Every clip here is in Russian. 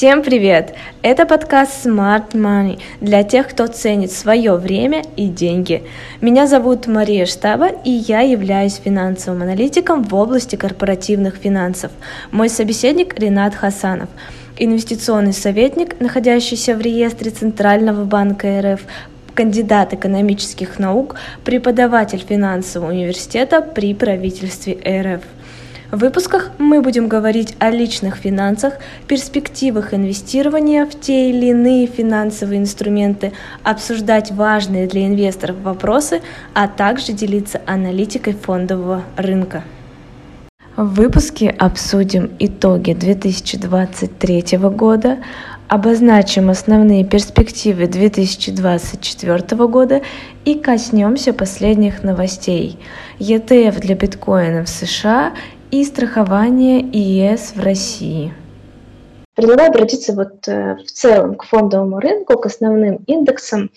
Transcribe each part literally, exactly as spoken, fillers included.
Всем привет! Это подкаст Smart Money для тех, кто ценит свое время и деньги. Меня зовут Мария Штаба, и я являюсь финансовым аналитиком в области корпоративных финансов. Мой собеседник Ринат Хасанов, инвестиционный советник, находящийся в реестре Центрального банка РФ, кандидат экономических наук, преподаватель финансового университета при правительстве РФ. В выпусках мы будем говорить о личных финансах, перспективах инвестирования в те или иные финансовые инструменты, обсуждать важные для инвесторов вопросы, а также делиться аналитикой фондового рынка. В выпуске обсудим итоги две тысячи двадцать третьего года, обозначим основные перспективы две тысячи двадцать четвёртого года и коснемся последних новостей: и тэ эф для биткоина в США и страхование и е-эс в России. Предлагаю обратиться вот э, в целом к фондовому рынку, к основным индексам.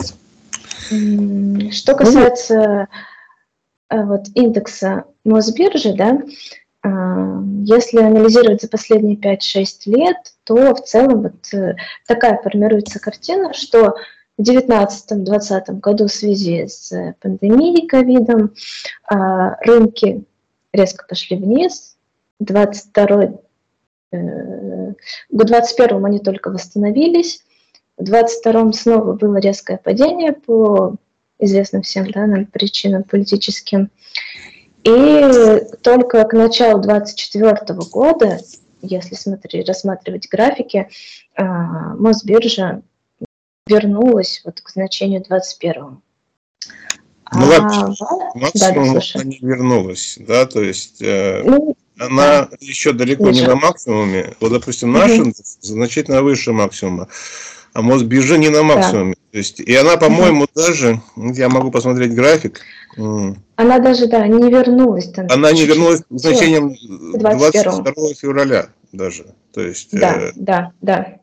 Что касается э, вот, индекса Мосбиржи, да, э, если анализировать за последние пять-шесть лет, то в целом вот, э, такая формируется картина, что в две тысячи девятнадцатом-двадцатом году в связи с пандемией, ковидом, э, рынки резко пошли вниз. двадцать второй, э, к двадцать первому они только восстановились. В двадцать втором снова было резкое падение по известным всем, да, нам причинам политическим. И только к началу двадцать четвёртого года, если смотреть, рассматривать графики, э, Мосбиржа вернулась вот к значению двадцать первому. Ну, а, вообще, максимум да, она не вернулась, да, то есть э, ну, она да. еще далеко Лежит. не на максимуме. Вот, допустим, наш угу. индекс значительно выше максимума, а Мосбиржа не на максимуме. Да. То есть, и она, по-моему, угу. даже, я могу посмотреть график. Она даже, да, не вернулась. Там, она не вернулась к значениям двадцать второго февраля даже. То есть, да, э, да, да.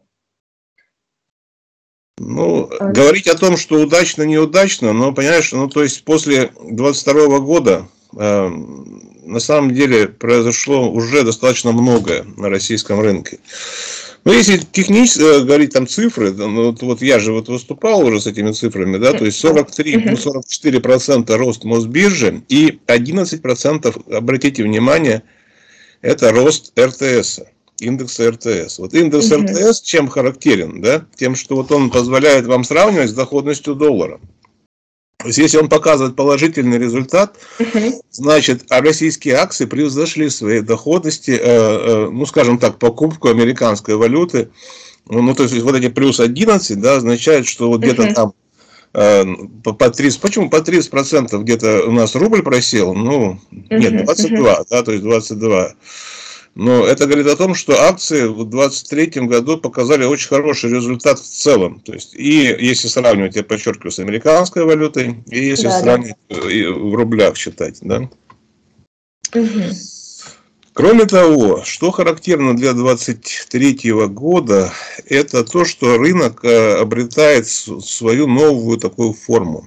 Ну, а... говорить о том, что удачно, неудачно, но, понимаешь, ну, то есть, после двадцать второго года э, на самом деле произошло уже достаточно многое на российском рынке. Но если технически э, говорить там цифры, ну, вот, вот я же вот выступал уже с этими цифрами, да, то есть сорок три, ну, сорок четыре процента рост Мосбиржи и одиннадцать процентов, обратите внимание, это рост эр тэ эс. Индекс эр тэ эс. Вот индекс uh-huh. эр тэ эс чем характерен, да? Тем, что вот он позволяет вам сравнивать с доходностью доллара. То есть, если он показывает положительный результат, uh-huh. значит, а российские акции превзошли своей доходности, э, э, ну, скажем так, покупку американской валюты. Ну, то есть, вот эти плюс одиннадцать, да, означает, что вот где-то uh-huh. там э, по, по тридцать, почему по тридцать процентов где-то у нас рубль просел? Ну, uh-huh. нет, двадцать два, uh-huh. да, то есть двадцать два. Но это говорит о том, что акции в двадцать третьем году показали очень хороший результат в целом. То есть, и если сравнивать, я подчеркиваю, с американской валютой, и если да, сравнивать да. в рублях считать. Да? Угу. Кроме того, что характерно для двадцать третьего года, это то, что рынок обретает свою новую такую форму.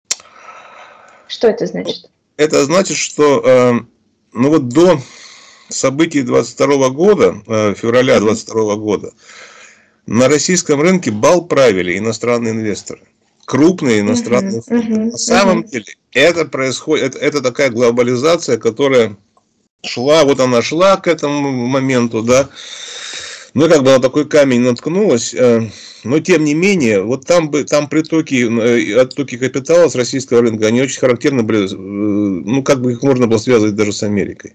Что это значит? Это значит, что ну вот до событий двадцать второго года, февраля двадцать второго года, на российском рынке бал правили иностранные инвесторы. Крупные иностранные uh-huh, фонды. Uh-huh, на самом uh-huh. деле, это происходит, это, это такая глобализация, которая шла, вот она шла к этому моменту, да. Ну, как бы на такой камень наткнулась. Но, тем не менее, вот там, бы, там притоки, оттоки капитала с российского рынка, они очень характерны были, ну, как бы их можно было связывать даже с Америкой.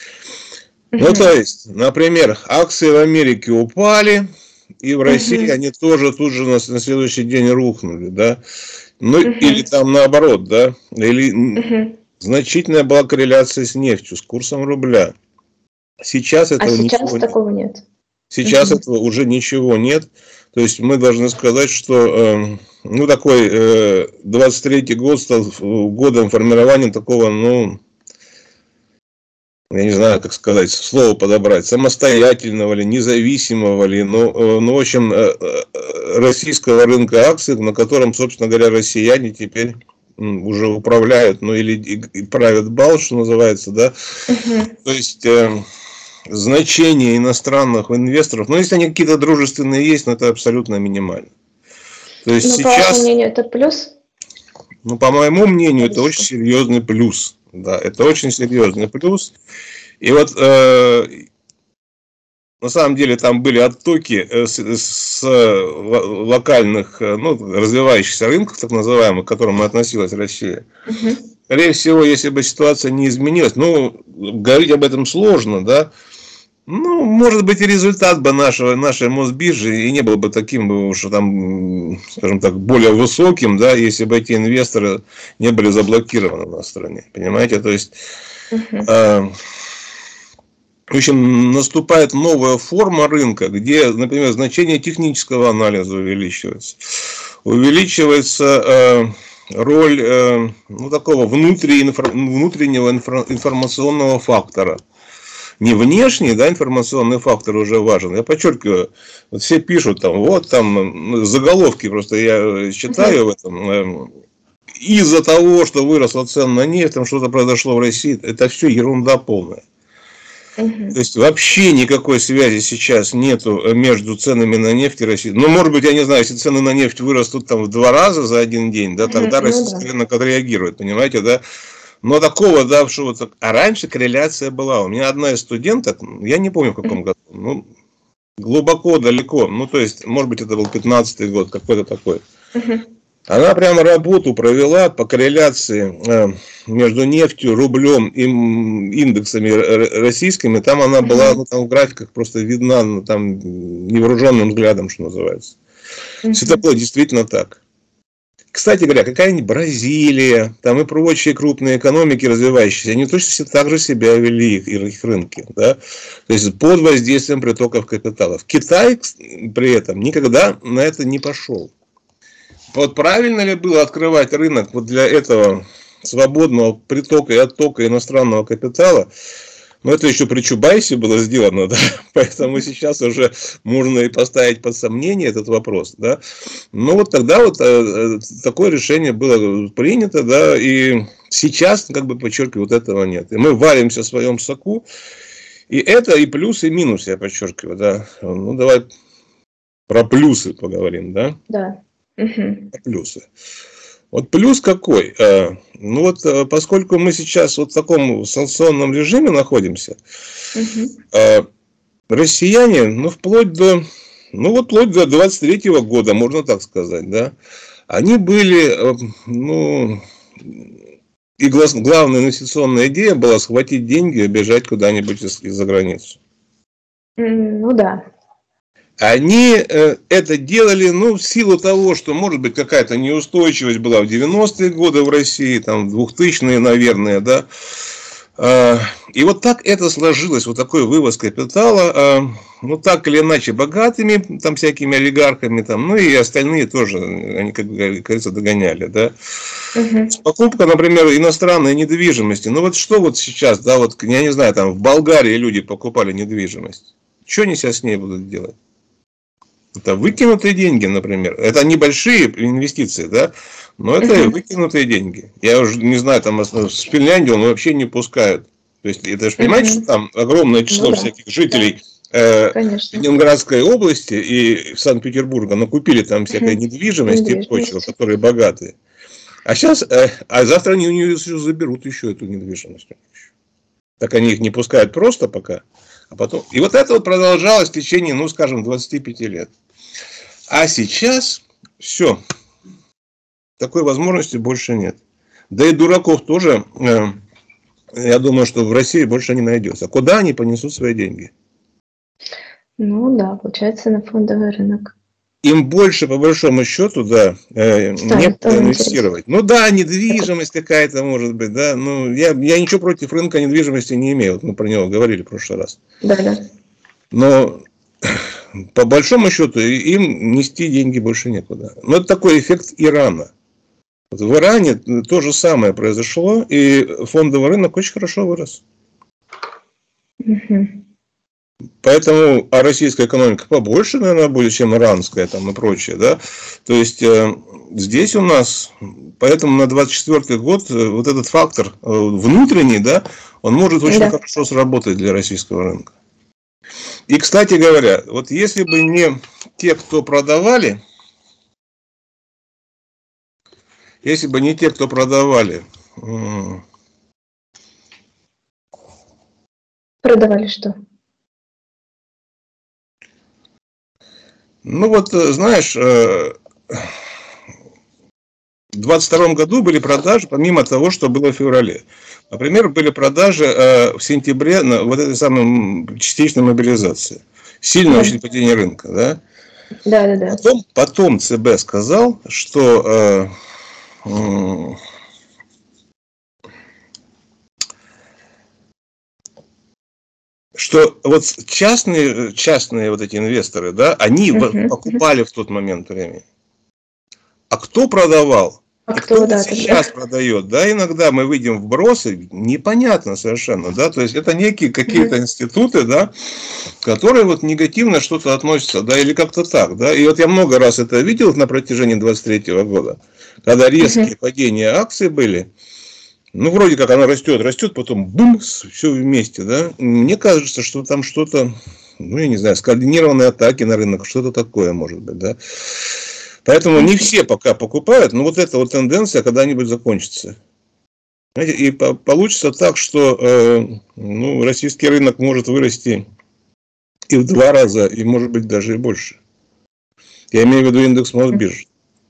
Ну, то есть, например, акции в Америке упали, и в России uh-huh. они тоже тут же на, на следующий день рухнули, да. Ну, uh-huh. или там наоборот, да. Или uh-huh. значительная была корреляция с нефтью, с курсом рубля. Сейчас этого а сейчас ничего такого нет. нет. Сейчас uh-huh. этого уже ничего нет. То есть, мы должны сказать, что э, ну, такой э, двадцать третий год стал годом формирования такого, ну, я не знаю, как сказать, слово подобрать, самостоятельного ли, независимого ли, ну, ну, в общем, российского рынка акций, на котором, собственно говоря, россияне теперь уже управляют, ну, или правят бал, что называется, да. Uh-huh. То есть, значение иностранных инвесторов, ну, если они какие-то дружественные есть, но это абсолютно минимально. То есть Но, сейчас, по вашему мнению, это плюс? ну, по моему мнению, это очень серьезный плюс. Да, это очень серьезный плюс. И вот э, на самом деле там были оттоки с, с локальных, ну, развивающихся рынков, так называемых, к которым относилась Россия. Угу. Скорее всего, если бы ситуация не изменилась, ну, говорить об этом сложно, да, ну, может быть, и результат бы нашего, нашей Мосбиржи и не был бы таким, уж там, скажем так, более высоким, да, если бы эти инвесторы не были заблокированы на стране, понимаете, то есть, uh-huh. э, в общем, наступает новая форма рынка, где, например, значение технического анализа увеличивается, увеличивается э, роль э, ну, такого внутреннего информационного фактора. Не внешний, да, информационный фактор уже важен. Я подчеркиваю, вот все пишут там, вот там заголовки, просто я читаю в этом. Из-за того, что выросла цена на нефть, там что-то произошло в России, это все ерунда полная. Uh-huh. То есть вообще никакой связи сейчас нету между ценами на нефть и Россией. Ну, может быть, я не знаю, если цены на нефть вырастут там в два раза за один день, да, тогда uh-huh. российский рынок отреагирует, понимаете, да? Но такого, да, что вот... А раньше корреляция была. У меня одна из студенток, я не помню в каком году, ну, глубоко, далеко, ну, то есть, может быть, это был пятнадцатый год, какой-то такой. Uh-huh. Она прямо работу провела по корреляции между нефтью, рублем и индексами российскими. Там она была, ну, там в графиках просто видна, ну, там невооруженным взглядом, что называется. Uh-huh. Все это было действительно так. Кстати говоря, какая-нибудь Бразилия, там и прочие крупные экономики развивающиеся, они точно так же себя вели, их, их рынки. Да? То есть под воздействием притоков капиталов. Китай при этом никогда на это не пошел. Вот правильно ли было открывать рынок вот для этого свободного притока и оттока иностранного капитала? Но это еще при Чубайсе было сделано, да? Поэтому сейчас уже можно и поставить под сомнение этот вопрос, да? Но вот тогда вот э, такое решение было принято, да, и сейчас, как бы подчеркиваю, вот этого нет. И мы варимся в своем соку, и это и плюс, и минус, я подчеркиваю, да. Ну, давай про плюсы поговорим, да? Да. Угу. Про плюсы. Вот плюс какой? Ну вот, поскольку мы сейчас вот в таком санкционном режиме находимся, угу. Россияне, ну вплоть до, ну вот вплоть до двадцать третьего года, можно так сказать, да, они были, ну, и главная инвестиционная идея была схватить деньги и бежать куда-нибудь из-за границу. Ну да. Они это делали, ну, в силу того, что, может быть, какая-то неустойчивость была в девяностые годы в России, там, в двухтысячные, наверное, да. И вот так это сложилось, вот такой вывоз капитала, ну, так или иначе, богатыми, там, всякими олигархами, там, ну, и остальные тоже, они, как говорится, догоняли, да. Угу. Покупка, например, иностранной недвижимости, ну, вот что вот сейчас, да, вот, я не знаю, там, в Болгарии люди покупали недвижимость, что они сейчас с ней будут делать? Это выкинутые деньги, например. Это небольшие инвестиции, да, но это uh-huh. выкинутые деньги. Я уже не знаю, там с Финляндии он вообще не пускают. То есть, это же понимаете, uh-huh. что там огромное число ну, всяких да. жителей э, Ленинградской области и Санкт-Петербурга накупили там всякой uh-huh. недвижимости и прочего, которые богатые. А сейчас, э, а завтра они у нее заберут еще эту недвижимость. Так они их не пускают просто пока. А потом... И вот это вот продолжалось в течение, ну, скажем, двадцати пяти лет. А сейчас все. Такой возможности больше нет. Да и дураков тоже, э, я думаю, что в России больше не найдется. Куда они понесут свои деньги? Ну да, получается на фондовый рынок. Им больше, по большому счету, да, э, не инвестировать. Ну да, недвижимость какая-то может быть, да. Ну, я, я ничего против рынка недвижимости не имею. Вот мы про него говорили в прошлый раз. Да, да. Но по большому счету им нести деньги больше некуда. Но это такой эффект Ирана. Вот в Иране то же самое произошло, и фондовый рынок очень хорошо вырос. Угу. Поэтому, а российская экономика побольше, наверное, будет, чем иранская там и прочее, да. То есть э, здесь у нас, поэтому на двадцать четвёртый год вот этот фактор э, внутренний, да, он может очень да. хорошо сработать для российского рынка. И, кстати говоря, вот если бы не те, кто продавали, если бы не те, кто продавали, Продавали что? Ну вот, знаешь, в двадцать втором году были продажи, помимо того, что было в феврале. Например, были продажи в сентябре на вот этой самой частичной мобилизации. Сильное да. очень падение рынка, да? Да, да, да. Потом, потом ЦБ сказал, что э, э, что вот частные, частные вот эти инвесторы, да, они uh-huh, покупали uh-huh. в тот момент времени. А кто продавал? А кто, кто да, сейчас да. продает? Да, иногда мы выйдем в бросы, непонятно совершенно, да, то есть это некие какие-то uh-huh. институты, да, которые вот негативно что-то относятся, да, или как-то так, да. И вот я много раз это видел на протяжении двадцать третьего года, когда резкие uh-huh. падения акций были. Ну, вроде как она растет, растет, потом бум, все вместе, да. Мне кажется, что там что-то, ну, я не знаю, скоординированные атаки на рынок, что-то такое может быть, да. Поэтому не все пока покупают, но вот эта вот тенденция когда-нибудь закончится. Знаете, и по- получится так, что э, ну, российский рынок может вырасти и в два раза, и может быть даже и больше. Я имею в виду индекс Мосбиржи.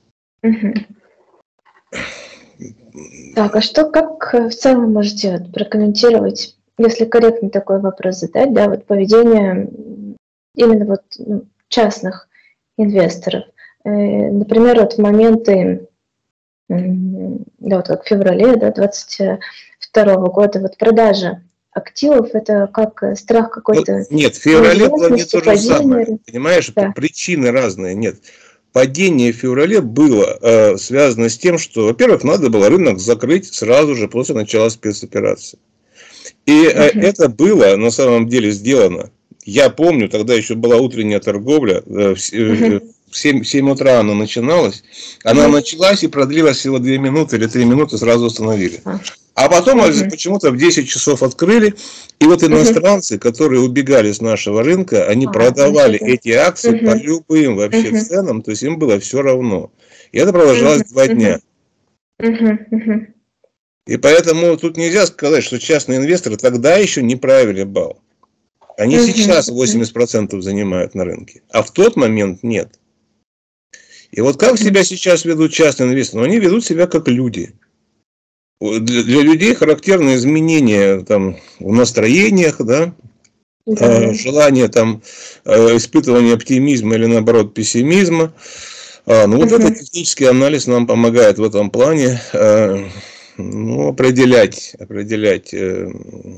Так, а что, как в целом можете вот прокомментировать, если корректно такой вопрос задать, да, вот поведение именно вот ну, частных инвесторов? Э, например, вот в моменты, да, вот как в феврале, да, двадцать второго года, вот продажа активов, это как страх какой-то... Нет, в феврале было не то же самое, понимаешь, да. Причины разные, нет. Падение в феврале было э, связано с тем, что, во-первых, надо было рынок закрыть сразу же после начала спецоперации. И э, uh-huh. это было на самом деле сделано. Я помню, тогда еще была утренняя торговля, э, в, uh-huh. в семь утра она начиналась. Она uh-huh. началась и продлилась всего две минуты или три минуты, сразу остановили. Uh-huh. А потом uh-huh. почему-то в десять часов открыли. И вот иностранцы, uh-huh. которые убегали с нашего рынка, они uh-huh. продавали uh-huh. эти акции uh-huh. по любым вообще uh-huh. ценам. То есть им было все равно. И это продолжалось uh-huh. два дня. Uh-huh. Uh-huh. И поэтому тут нельзя сказать, что частные инвесторы тогда еще не правили бал. Они uh-huh. сейчас восемьдесят процентов занимают на рынке. А в тот момент нет. И вот как себя сейчас ведут частные инвесторы? Они ведут себя как люди. Для, для людей характерны изменения там, в настроениях, да, да. Э, желание там, э, испытывания оптимизма или наоборот пессимизма. А, ну вот uh-huh. этот технический анализ нам помогает в этом плане э, ну, определять, определять э,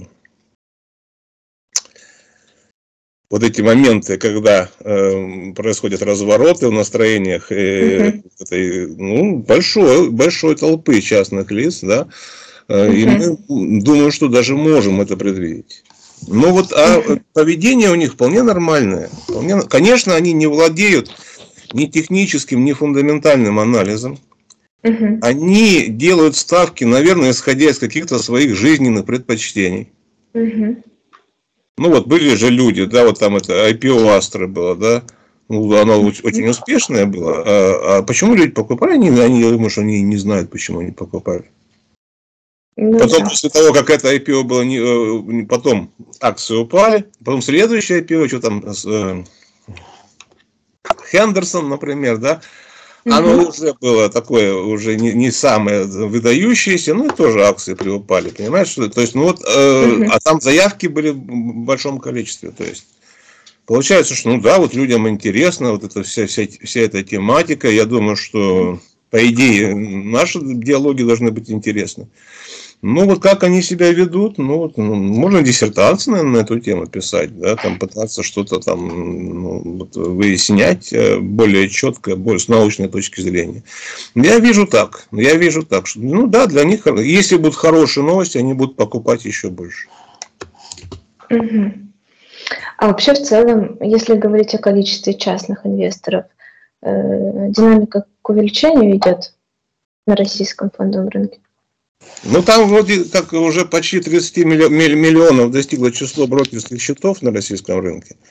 вот эти моменты, когда э, происходят развороты в настроениях э, uh-huh. этой, ну, большой, большой толпы частных лиц, да, э, uh-huh. и мы, думаю, что даже можем это предвидеть. Ну вот, а uh-huh. поведение у них вполне нормальное. Вполне, конечно, они не владеют ни техническим, ни фундаментальным анализом. Uh-huh. Они делают ставки, наверное, исходя из каких-то своих жизненных предпочтений. Uh-huh. Ну вот были же люди, да, вот там это ай пи о Астры было, да, ну, оно очень успешное было. А, а почему люди покупали? Они, они, я думаю, что они не знают, почему они покупали. Ну, потом, да. после того, как это ай пи о было, не, потом акции упали, потом следующее ай пи о, что там, э, Хендерсон, например, да, оно угу. уже было такое, уже не, не самое выдающееся, ну и тоже акции приупали, понимаешь? Что, то есть, ну вот, э, угу. а там заявки были в большом количестве, то есть, получается, что, ну да, вот людям интересно, вот эта вся, вся, вся эта тематика, я думаю, что, по идее, наши диалоги должны быть интересны. Ну, вот как они себя ведут, ну, вот, ну, можно диссертацию, наверное, на эту тему писать, да, там пытаться что-то там ну, вот, выяснять более четко, более с научной точки зрения. Я вижу так, я вижу так, что, ну, да, для них, если будут хорошие новости, они будут покупать еще больше. Угу. А вообще, в целом, если говорить о количестве частных инвесторов, э, динамика к увеличению идет на российском фондовом рынке? Ну, там вроде как уже почти тридцать миллионов достигло число брокерских счетов на российском рынке.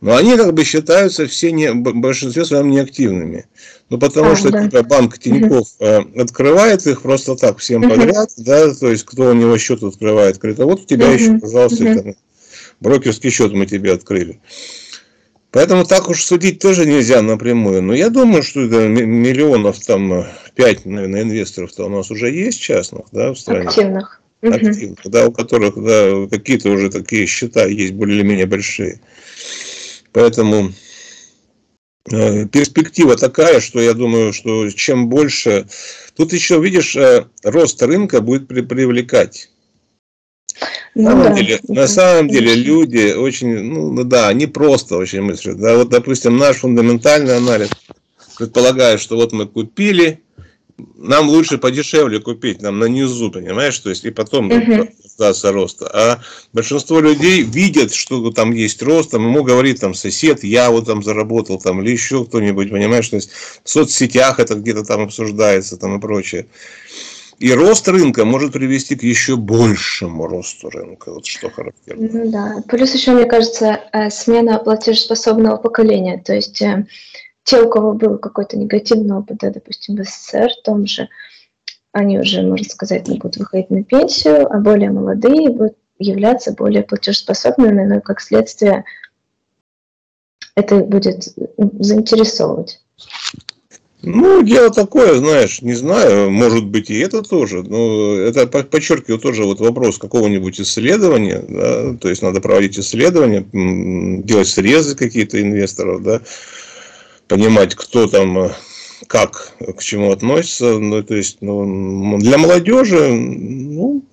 Но они как бы считаются все не, в большинстве своем неактивными. Ну, потому а, что да. типа, банк Тинькофф uh-huh. открывает их просто так всем uh-huh. подряд, да, то есть кто у него счет открывает, говорит, а вот у тебя uh-huh. еще, пожалуйста, uh-huh. там, брокерский счет мы тебе открыли. Поэтому так уж судить тоже нельзя напрямую. Но я думаю, что это миллионов там пять, наверное, инвесторов-то у нас уже есть частных, да, в стране. Активных. Активных, угу. да, у которых да, какие-то уже такие счета есть более-менее большие. Поэтому э, перспектива такая, что я думаю, что чем больше... Тут еще, видишь, э, рост рынка будет при- привлекать. Ну, на, самом да, деле, да, на самом конечно. деле люди очень, ну да, они просто очень мыслят. Да, вот, допустим, наш фундаментальный анализ предполагает, что вот мы купили, нам лучше подешевле купить, нам на низу, понимаешь, то есть и потом uh-huh. дождаться роста. А большинство людей видят, что там есть рост, там ему говорит там сосед, я вот там заработал, там, или еще кто-нибудь, понимаешь, то есть в соцсетях это где-то там обсуждается там и прочее. И рост рынка может привести к еще большему росту рынка. Вот что характерно. Ну да. Плюс еще, мне кажется, смена платежеспособного поколения. То есть те, у кого был какой-то негативный опыт, да, допустим, в СССР, в том же, они уже, можно сказать, не будут выходить на пенсию, а более молодые будут являться более платежеспособными, но как следствие это будет заинтересовывать. Ну, дело такое, знаешь, не знаю, может быть и это тоже, но это подчеркиваю тоже вот вопрос какого-нибудь исследования, да, то есть надо проводить исследования, делать срезы какие-то инвесторов, да, понимать, кто там, как к чему относится, ну, то есть, ну, для молодежи, ну,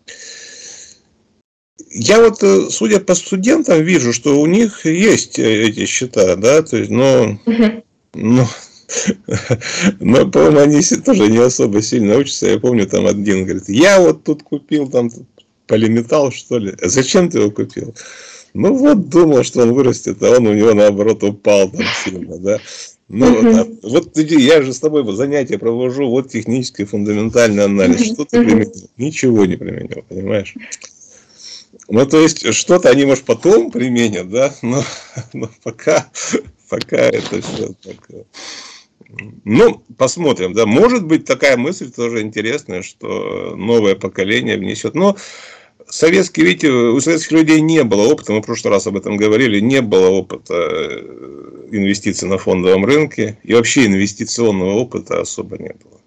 я вот, судя по студентам, вижу, что у них есть эти счета, да, то есть, но, но Но, по-моему, они тоже не особо сильно учатся. Я помню, там один говорит, я вот тут купил там полиметалл, что ли. А зачем ты его купил? Ну, вот думал, что он вырастет, а он у него, наоборот, упал там сильно, да. Ну, uh-huh. вот, вот я же с тобой занятия провожу, вот технический фундаментальный анализ. Uh-huh. Что ты применил? Ничего не применил, понимаешь? Ну, то есть, что-то они, может, потом применят, да, но, но пока, пока это все такое. Ну, посмотрим, да, может быть такая мысль тоже интересная, что новое поколение внесет, но советские, видите, у советских людей не было опыта, мы в прошлый раз об этом говорили, не было опыта инвестиций на фондовом рынке, и вообще инвестиционного опыта особо не было.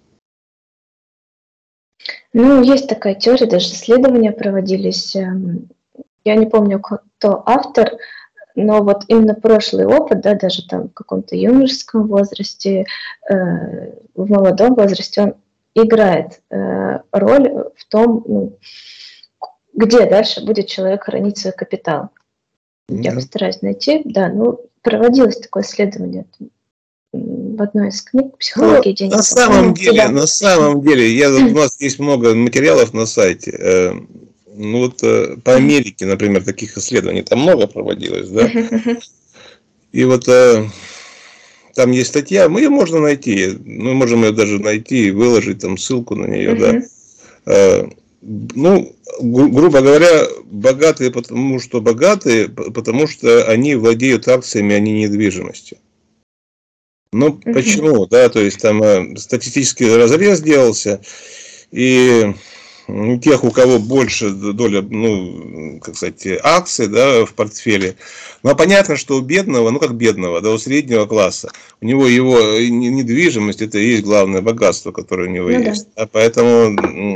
Ну, есть такая теория, даже исследования проводились, я не помню, кто автор, но вот именно прошлый опыт, да, даже там в каком-то юношеском возрасте, э, в молодом возрасте, он играет э, роль в том, ну, где дальше будет человек хранить свой капитал. Mm-hmm. Я постараюсь найти, да, ну, проводилось такое исследование в одной из книг «Психология денег». На самом деле, на самом деле, я, у нас есть много материалов на сайте. Э, Ну, вот по Америке, например, таких исследований там много проводилось, да. И вот э, там есть статья, мы ее можно найти, мы можем ее даже найти и выложить там ссылку на нее, да. Э, ну, гру- грубо говоря, богатые, потому что богатые, потому что они владеют акциями, а не недвижимостью. Ну, uh-huh. почему, да, то есть там э, статистический разрез делался, и тех, у кого больше доля, ну, как сказать, акций, да, в портфеле. Ну, а понятно, что у бедного, ну, как бедного, да, у среднего класса, у него его недвижимость, это и есть главное богатство, которое у него ну, есть. Да. А поэтому...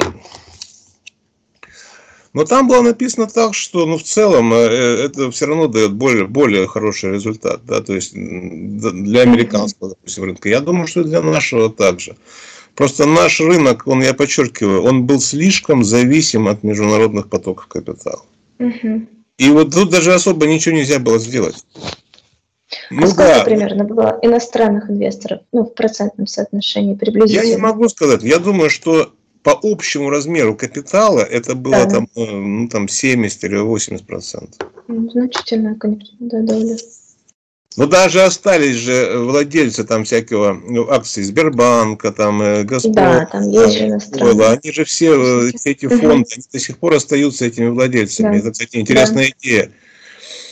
Но там было написано так, что, ну, в целом, это все равно дает более, более хороший результат, да, то есть для американского, допустим, рынка. Я думаю, что и для нашего также. Просто наш рынок, он, я подчеркиваю, он был слишком зависим от международных потоков капитала. Угу. И вот тут даже особо ничего нельзя было сделать. А ну, сколько да. примерно было иностранных инвесторов, ну, в процентном соотношении приблизительно? Я не могу сказать. Я думаю, что по общему размеру капитала это было да. там, ну, там семьдесят или восемьдесят процентов. Значительная, конечно, да, доля. Но даже остались же владельцы там всякого, ну, акций Сбербанка, там, Газпром, да, там есть же иностранные. Они же все, все эти фонды, угу. они до сих пор остаются этими владельцами. Да. Это, кстати, интересная да. идея.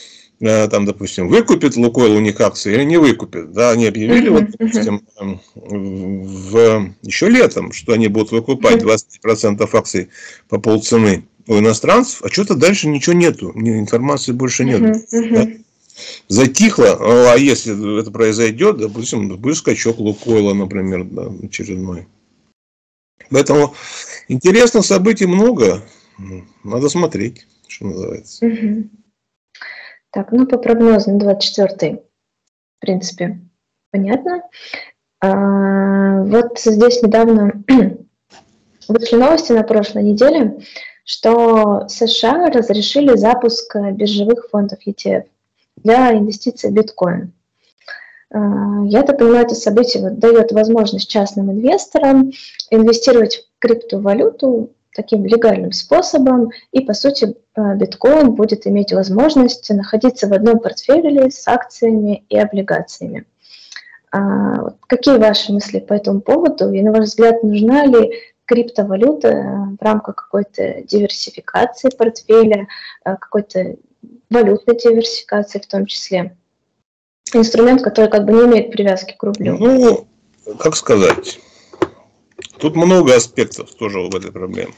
там, допустим, выкупит Лукойл у них акции или не выкупит. Да, они объявили, вот, допустим, в, еще летом, что они будут выкупать двадцать процентов акций по полцены у иностранцев, а что-то дальше ничего нету, информации больше нет. Да? Затихло, а если это произойдет, допустим, будет скачок Лукойла, например, да, очередной. Поэтому интересных событий много, надо смотреть, что называется. Угу. Так, ну по прогнозу на двадцать четвёртый, в принципе, понятно. А, вот здесь недавно вышли новости на прошлой неделе, что США разрешили запуск биржевых фондов и ти эф для инвестиций в биткоин. Я так понимаю, это событие вот дает возможность частным инвесторам инвестировать в криптовалюту таким легальным способом, и, по сути, биткоин будет иметь возможность находиться в одном портфеле с акциями и облигациями. Какие ваши мысли по этому поводу? И, на ваш взгляд, нужна ли криптовалюта в рамках какой-то диверсификации портфеля, какой-то валютной диверсификации в том числе? Инструмент, который как бы не имеет привязки к рублю. Ну, как сказать, тут много аспектов тоже в этой проблеме.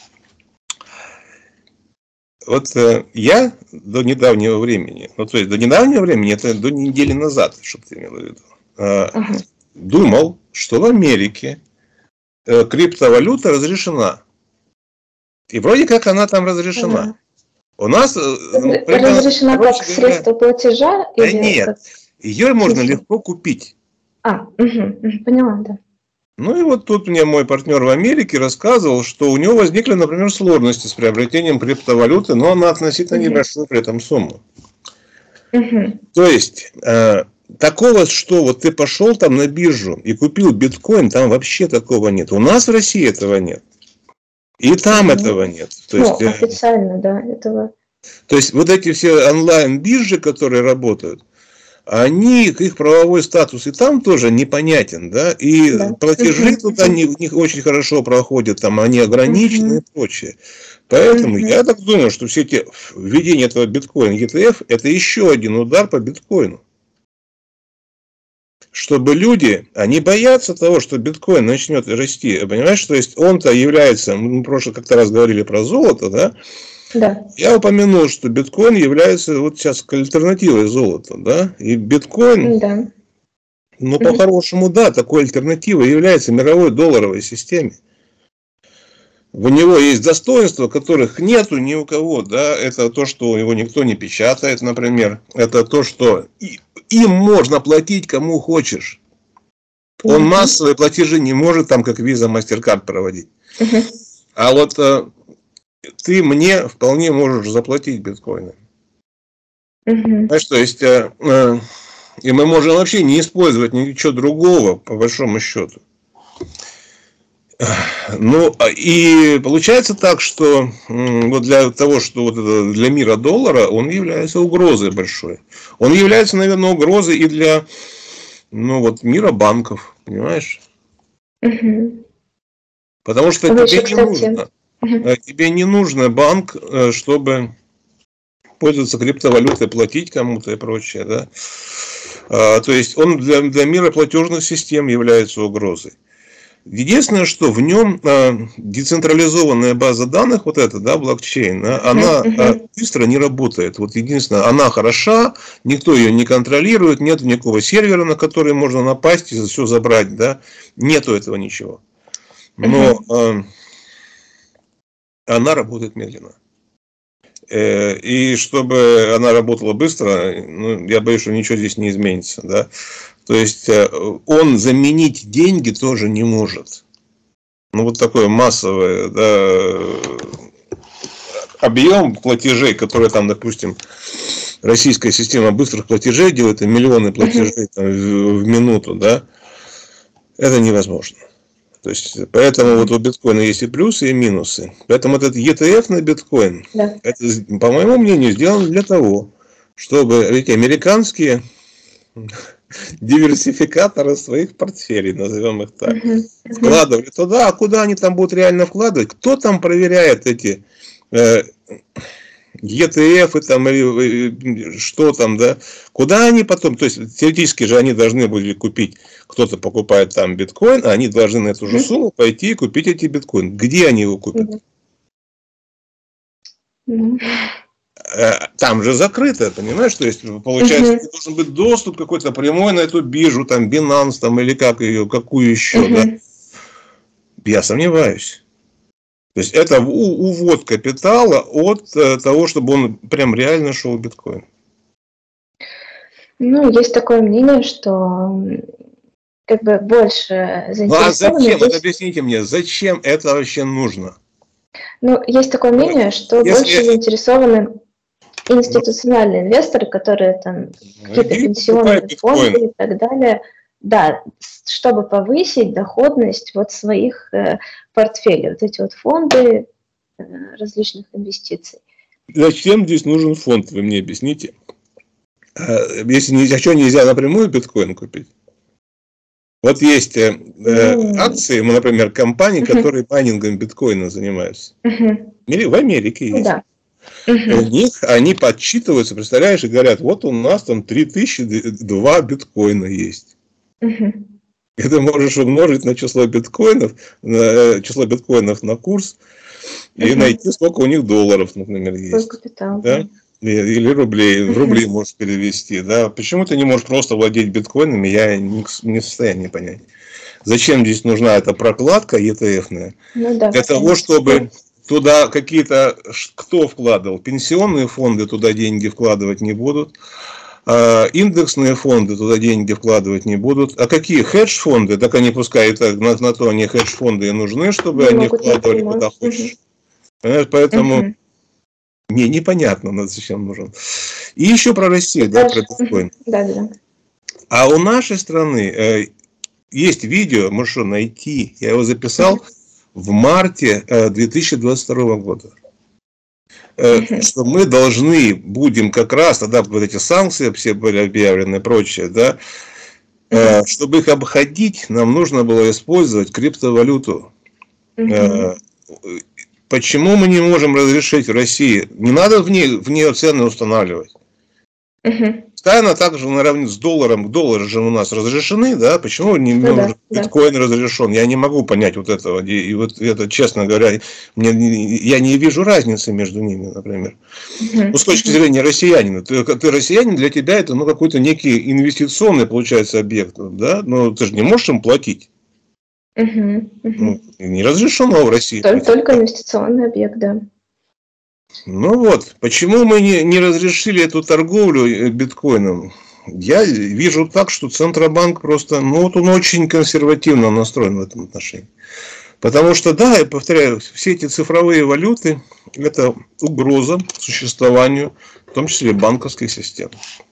Вот э, я до недавнего времени, ну то есть до недавнего времени, это до недели назад, что ты имел в виду, э, ага. думал, что в Америке э, криптовалюта разрешена. И вроде как она там разрешена. Ага. У нас... Разрешена как средство платежа? Да или нет, как... ее можно легко купить. А, угу, поняла, да. Ну и вот тут мне мой партнер в Америке рассказывал, что у него возникли, например, сложности с приобретением криптовалюты, но на относительно угу. небольшую при этом сумму. Угу. То есть, э, такого, что вот ты пошел там на биржу и купил биткоин, там вообще такого нет. У нас в России этого нет. И там mm-hmm. этого нет. То ну, есть, официально, да, этого. То есть, вот эти все онлайн-биржи, которые работают, они, их правовой статус и там тоже непонятен, да, и да. платежи mm-hmm. туда не, у них очень хорошо проходят, там они ограничены mm-hmm. и прочее. Поэтому mm-hmm. я так думаю, что все эти введения этого биткоина и ти эф это еще один удар по биткоину. Чтобы люди, они боятся того, что биткоин начнет расти. Понимаешь, то есть он-то является, мы в прошлый как-то раз говорили про золото, да? Да. Я упомянул, что биткоин является вот сейчас альтернативой золота, да? И биткоин, да. ну по-хорошему, да, такой альтернативой является мировой долларовой системе. У него есть достоинства, которых нету ни у кого, да? Это то, что его никто не печатает, например. Это то, что им можно платить кому хочешь. Он mm-hmm. массовые платежи не может там как Visa, MasterCard проводить. Mm-hmm. А вот э, ты мне вполне можешь заплатить биткоином. Mm-hmm. Знаешь, то есть э, э, и мы можем вообще не использовать ничего другого, по большому счету. Ну, и получается так, что вот для того, что вот это для мира доллара, он является угрозой большой. Он является, наверное, угрозой и для, ну, вот, мира банков, понимаешь? Угу. Потому что а тебе еще, не нужно, угу. тебе не нужно банк, чтобы пользоваться криптовалютой, платить кому-то и прочее, да? А, то есть он для, для мира платежных систем является угрозой. Единственное, что в нем а, децентрализованная база данных, вот эта, да, блокчейн, а, она а, быстро не работает. Вот единственное, она хороша, никто ее не контролирует, нет никакого сервера, на который можно напасть и все забрать, да, нету этого ничего. Но а, она работает медленно. Э, и чтобы она работала быстро, ну, я боюсь, что ничего здесь не изменится, да. То есть он заменить деньги тоже не может. Ну, вот такой массовый, да, объем платежей, который там, допустим, российская система быстрых платежей делает, и миллионы платежей там, в, в минуту, да, это невозможно. То есть, поэтому вот у биткоина есть и плюсы, и минусы. Поэтому этот и ти эф на биткоин, да. это, по моему мнению, сделано для того, чтобы эти американские диверсификаторы своих портфелей, назовем их так, uh-huh. Uh-huh. вкладывали туда, а куда они там будут реально вкладывать, кто там проверяет эти э, и ти эф там, или что там, да, куда они потом, то есть теоретически же они должны были купить, кто-то покупает там биткоин, а они должны на эту же сумму пойти и купить эти биткоины. Где они его купят? Там же закрыто, понимаешь, то есть получается, uh-huh. должен быть доступ какой-то прямой на эту биржу, там Binance, там или как ее, какую еще, uh-huh. да. Я сомневаюсь. То есть это увод капитала от того, чтобы он прям реально шел в биткоин. Ну, есть такое мнение, что как бы больше заинтересованы. Ну, а зачем? Вот объясните мне, зачем это вообще нужно? Ну, есть такое мнение, что Если... больше заинтересованы институциональные инвесторы, которые там какие-то пенсионные фонды и так далее, да, чтобы повысить доходность вот своих э, портфелей, вот эти вот фонды э, различных инвестиций. Зачем здесь нужен фонд, вы мне объясните? Если нельзя, что нельзя напрямую биткоин купить? Вот есть э, mm. акции, например, компаний, uh-huh. которые майнингом биткоина занимаются. Uh-huh. В Америке есть. Да. Uh-huh. У них они подсчитываются, представляешь, и говорят, вот у нас там три тысячи два биткоина есть. Uh-huh. И ты можешь умножить на число биткоинов, на число биткоинов на курс, uh-huh. и найти, сколько у них долларов, например, есть. Капитал, да? Да? Или рублей, в рубли можешь перевести. Да? Почему ты не можешь просто владеть биткоинами, я не, не в состоянии понять. Зачем здесь нужна эта прокладка и ти эф-ная? Ну, да, Для того, чтобы туда какие-то, кто вкладывал, пенсионные фонды туда деньги вкладывать не будут, а индексные фонды туда деньги вкладывать не будут. А какие хедж-фонды, так они пускай и так, на, на то они хедж-фонды и нужны, чтобы не они вкладывали куда хочешь. Угу. Поэтому... Угу. Мне непонятно, зачем нужен. И еще про Россию, да, про биткоин. Да, да. А у нашей страны э, есть видео, можешь его найти. Я его записал в марте э, две тысячи двадцать второго года. Э, uh-huh. Что мы должны будем как раз, тогда вот эти санкции все были объявлены и прочее, да, э, uh-huh. чтобы их обходить, нам нужно было использовать криптовалюту. Uh-huh. Э, Почему мы не можем разрешить в России? Не надо в ней, в нее цены устанавливать. Uh-huh. Цены также наравне с долларом. Доллары же у нас разрешены, да? Почему не ну, да, биткоин да. разрешен? Я не могу понять вот этого. И, и вот это, честно говоря, мне, я не вижу разницы между ними, например. Uh-huh. Ну, с точки зрения россиянина. Ты, ты россиянин, для тебя это ну, какой-то некий инвестиционный, получается, объект. Да? Но ты же не можешь им платить. Угу, угу. Ну, не разрешено в России. Только, только инвестиционный объект, да. Ну вот, почему мы не, не разрешили эту торговлю биткоином? Я вижу так, что Центробанк просто, ну вот он очень консервативно настроен в этом отношении. Потому что, да, я повторяю, все эти цифровые валюты – это угроза существованию, в том числе банковской системы.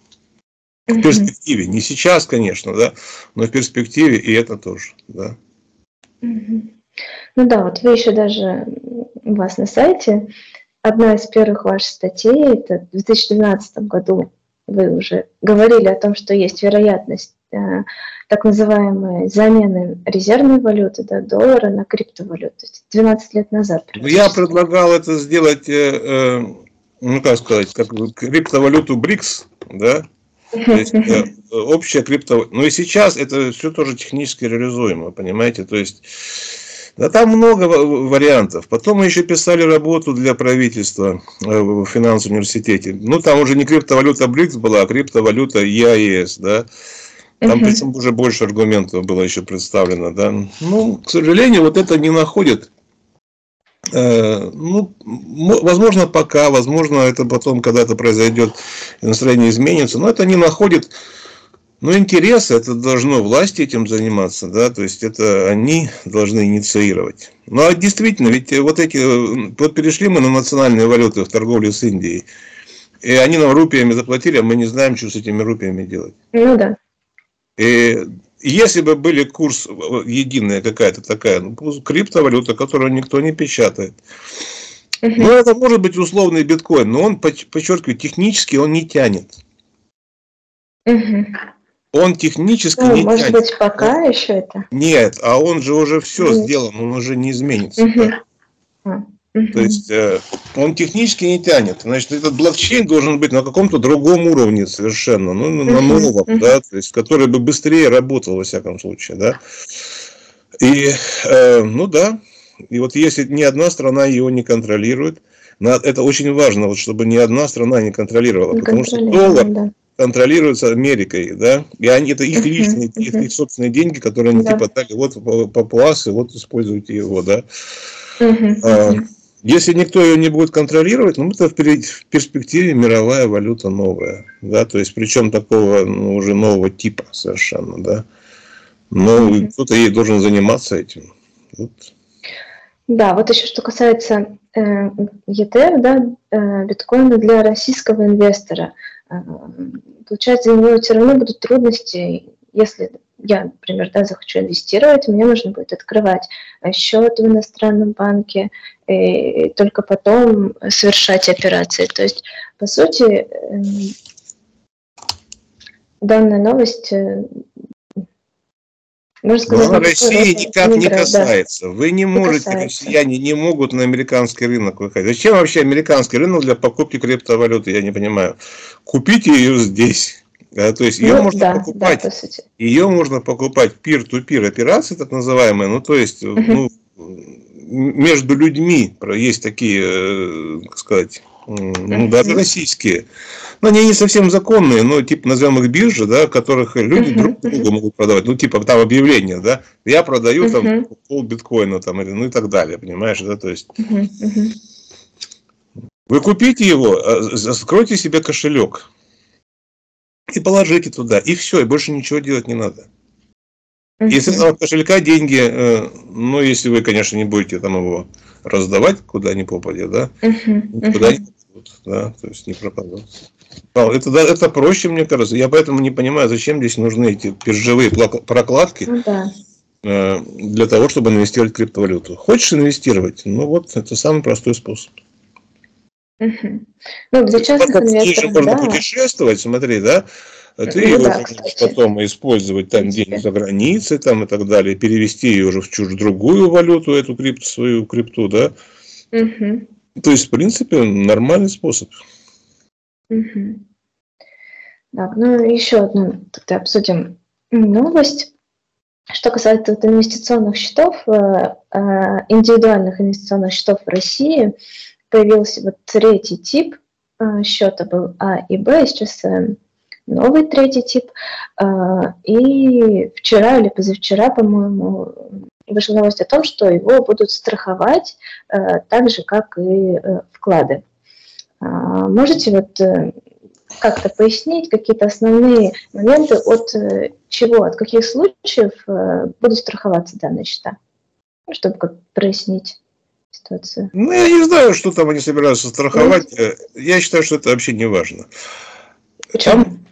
В перспективе, не сейчас, конечно, да, но в перспективе и это тоже, да. Ну да, вот вы еще даже у вас на сайте, одна из первых ваших статей, это в две тысячи двенадцатом году вы уже говорили о том, что есть вероятность э, так называемой замены резервной валюты, да, доллара на криптовалюту, то есть двенадцать лет назад. Я предлагал это сделать, э, э, ну как сказать, как криптовалюту брикс, да, то есть э, общая криптовалюта. Но и сейчас это все тоже технически реализуемо, понимаете? То есть, да, там много вариантов. Потом мы еще писали работу для правительства в финансовом университете. Ну, там уже не криптовалюта брикс была, а криптовалюта и ай эс, да. Там, uh-huh. причем, уже больше аргументов было еще представлено, да. Ну, к сожалению, вот это не находит. Ну, возможно, пока, возможно, это потом когда-то произойдет, настроение изменится, но это не находит, ну, интереса, это должно власти этим заниматься, да, то есть это они должны инициировать. Ну, а действительно, ведь вот эти, вот перешли мы на национальные валюты в торговле с Индией, и они нам рупиями заплатили, а мы не знаем, что с этими рупиями делать. Ну, да. И если бы были курс единая какая-то такая, ну, криптовалюта, которую никто не печатает. Uh-huh. Ну, это может быть условный биткоин, но он, подчеркиваю, технически он не тянет. Uh-huh. Он технически ну, не может тянет. Может быть, пока он... еще это? Нет, а он же уже все uh-huh. сделан, он уже не изменится. Uh-huh. Да? То есть э, он технически не тянет. Значит, этот блокчейн должен быть на каком-то другом уровне совершенно, ну, на новом, да, то есть, который бы быстрее работал, во всяком случае, да. И, э, ну да, и вот если ни одна страна его не контролирует, это очень важно, вот, чтобы ни одна страна не контролировала, Не потому что контролируем, доллар да. контролируется Америкой, да, и они, это их личные, Мгм, их, мгм. их собственные деньги, которые они Да. типа дали, вот папуасы, вот используйте его, да. Мгм, А, мгм. Если никто ее не будет контролировать, ну, это в пере- в перспективе мировая валюта новая, да, то есть, причем такого, ну, уже нового типа совершенно, да. Но Мгм. кто-то ей должен заниматься этим. Вот. Да, вот еще что касается э, и ти эф, да, э, биткоина для российского инвестора. Э, Получается, у него все равно будут трудности, если я, например, да, захочу инвестировать, мне нужно будет открывать э, счет в иностранном банке и только потом совершать операции. То есть, по сути, э, данная новость, э, можно Но сказать, она никакой России роли никак не не играет, да, касается. Вы не не можете, касается. россияне не могут на американский рынок выходить. Зачем вообще американский рынок для покупки криптовалюты, я не понимаю. Купите ее здесь. Да, то есть ее Ну, можно да, да, покупать, по сути. ее можно покупать peer-to-peer операции, так называемые, ну то есть, ну, между людьми есть такие, э, как сказать, ну, даже российские. Ну, они не совсем законные, но типа назовем их биржи, да, в которых люди друг другу могут продавать. Ну, типа там объявление, да. Я продаю там пол биткоина там, или, ну и так далее, понимаешь, да, то есть. Вы купите его, откройте себе кошелек и положите туда, и все, и больше ничего делать не надо. И с этого кошелька деньги, ну, если вы, конечно, не будете там его раздавать куда ни попадя, да, никуда не попадут, да, то есть не пропадут. Это, это проще, мне кажется. Я поэтому не понимаю, зачем здесь нужны эти биржевые прокладки, Ну да. для того, чтобы инвестировать в криптовалюту. Хочешь инвестировать? Ну вот, это самый простой способ. Мгм. Ну, для частных С ней же инвесторов, можно да. путешествовать, смотри, да. Ты Ну ее да, уже можешь кстати, потом использовать в там где-нибудь принципе. за границей там, и так далее, перевести ее уже в чужую другую валюту, эту крипту, свою крипту, да. Мгм. То есть, в принципе, нормальный способ. Мгм. Так, ну еще одну тогда обсудим новость. Что касается вот инвестиционных счетов, э, э, индивидуальных инвестиционных счетов в России, появился вот третий тип э, счета, был А и Б, сейчас э, новый третий тип. Э, И вчера или позавчера, по-моему, вышла новость о том, что его будут страховать э, так же, как и э, вклады. А, Можете вот э, как-то пояснить какие-то основные моменты, от э, чего, от каких случаев э, будут страховаться данные счета, ну, чтобы как прояснить ситуацию? Ну, я не знаю, что там они собираются страховать. Нет? Я считаю, что это вообще не важно. Там, Почему?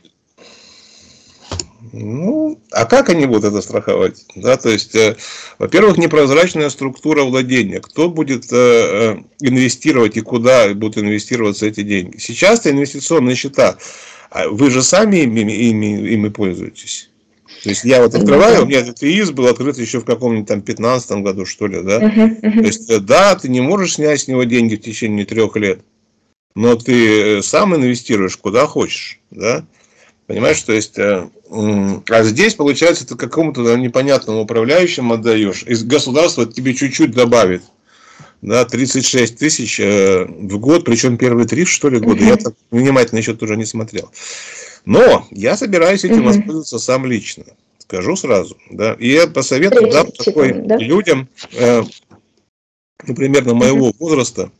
ну, а как они будут это страховать? Да, то есть, э, во-первых, непрозрачная структура владения. Кто будет э, э, инвестировать и куда будут инвестироваться эти деньги? Сейчас-то инвестиционные счета, а вы же сами ими, ими, ими пользуетесь. То есть, я вот Ну открываю, да. у меня этот ИИС был открыт еще в каком-нибудь там пятнадцатом году, что ли, да? Мгм, То мгм. есть, э, да, ты не можешь снять с него деньги в течение трех лет, но ты сам инвестируешь куда хочешь, да? Понимаешь, то есть, э, м, а здесь, получается, ты какому-то там непонятному управляющему отдаешь, и государство тебе чуть-чуть добавит, да, тридцать шесть тысяч э, в год, причем первые три, что ли, года, я Мгм, так внимательно еще тоже не смотрел. Но я собираюсь этим мгм. воспользоваться сам лично, скажу сразу, да, и я посоветую дам Третьим такой типом, да? людям, э, ну, примерно Мгм, моего возраста,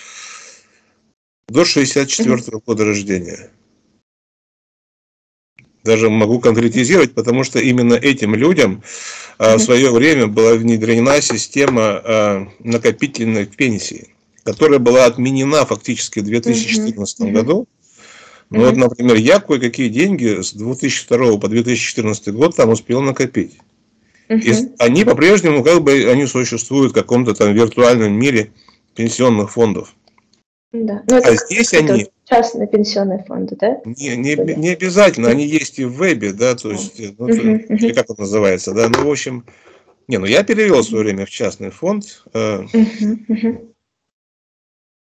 до шестьдесят мгм, четвёртого года рождения. Даже могу конкретизировать, потому что именно этим людям в мгм, свое время была внедрена система накопительной пенсии, которая была отменена фактически в две тысячи мгм, четырнадцатом мгм, году. Ну вот, мгм, например, я кое-какие деньги с две тысячи второго по две тысячи четырнадцатый год там успел накопить. И мгм. они по-прежнему как бы они существуют в каком-то там виртуальном мире пенсионных фондов. Да. Ну, это А как- здесь какие-то они вот частные пенсионные фонды, да, Не, не, были? не обязательно, они есть и в вебе, да, то А. есть, ну, Мгм, или мгм, как это называется, да, ну, в общем, не, ну, я перевел в свое время в частный фонд, э, мгм, мгм.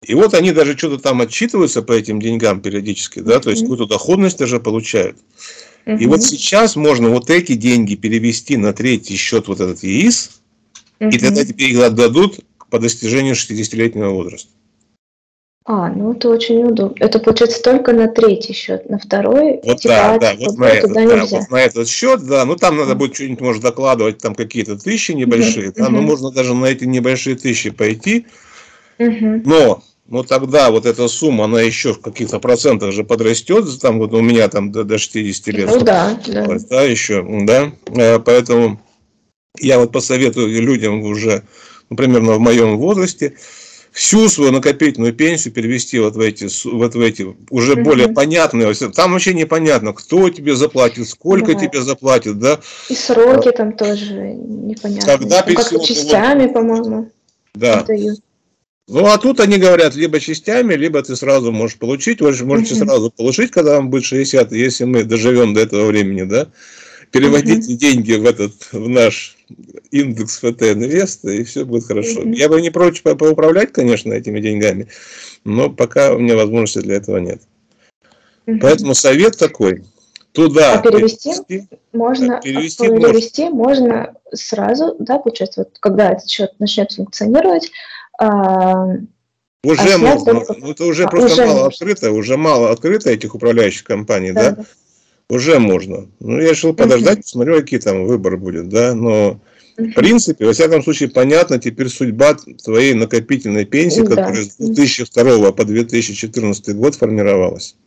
И вот они даже что-то там отчитываются по этим деньгам периодически, да, то есть какую-то доходность даже получают. И Мгм. вот сейчас можно вот эти деньги перевести на третий счет вот этот ЕИС, и тогда Мгм. тебе их отдадут по достижению шестидесятилетнего возраста. А, ну это очень удобно. Это получается только на третий счет, на второй, Вот типа да, А, да, типа вот на Б этот, туда да, нельзя. вот на этот счет, да, ну там надо А. будет что-нибудь, может, докладывать, там какие-то тысячи Мгм. небольшие, да, но Мгм. можно даже на эти небольшие тысячи пойти, Мгм. но, но тогда вот эта сумма, она еще в каких-то процентах же подрастет, там вот у меня там до, до шестидесяти лет, Ну да, да. осталось, да, еще, да, Э, поэтому я вот посоветую людям уже, ну, примерно в моем возрасте, всю свою накопительную пенсию перевести вот в эти, су- вот в эти уже более Мгм. понятные, во всё- там вообще непонятно, кто тебе заплатит, сколько Да. тебе заплатит, да, И сроки там тоже непонятные. когда Там как-то пенсионный возраст частями, будет. по-моему, Да. отдают. Ну, а тут они говорят, либо частями, либо ты сразу можешь получить, вы же можете Мгм. сразу получить, когда вам будет шестьдесят, если мы доживем до этого времени, да, переводите Мгм. деньги в этот, в наш индекс эф тэ Инвест, и все будет хорошо. Мгм. Я бы не прочь по- поуправлять, конечно, этими деньгами, но пока у меня возможности для этого нет. Мгм. Поэтому совет такой, А туда перевести перевести, да, можно, а перевести можно. перевести можно сразу, да, получается, вот когда этот счет начнет функционировать, а, а Уже снять можно, только, ну это уже а, просто уже мало можно, открыто, уже мало открыто этих управляющих компаний, да, да, да. уже можно. Ну, я решил Мгм. подождать, посмотрю, какие там выбор будет, да, но в Мгм. принципе, во всяком случае, понятно теперь судьба твоей накопительной пенсии, Да. которая с две тысячи второго по две тысячи четырнадцатый год формировалась.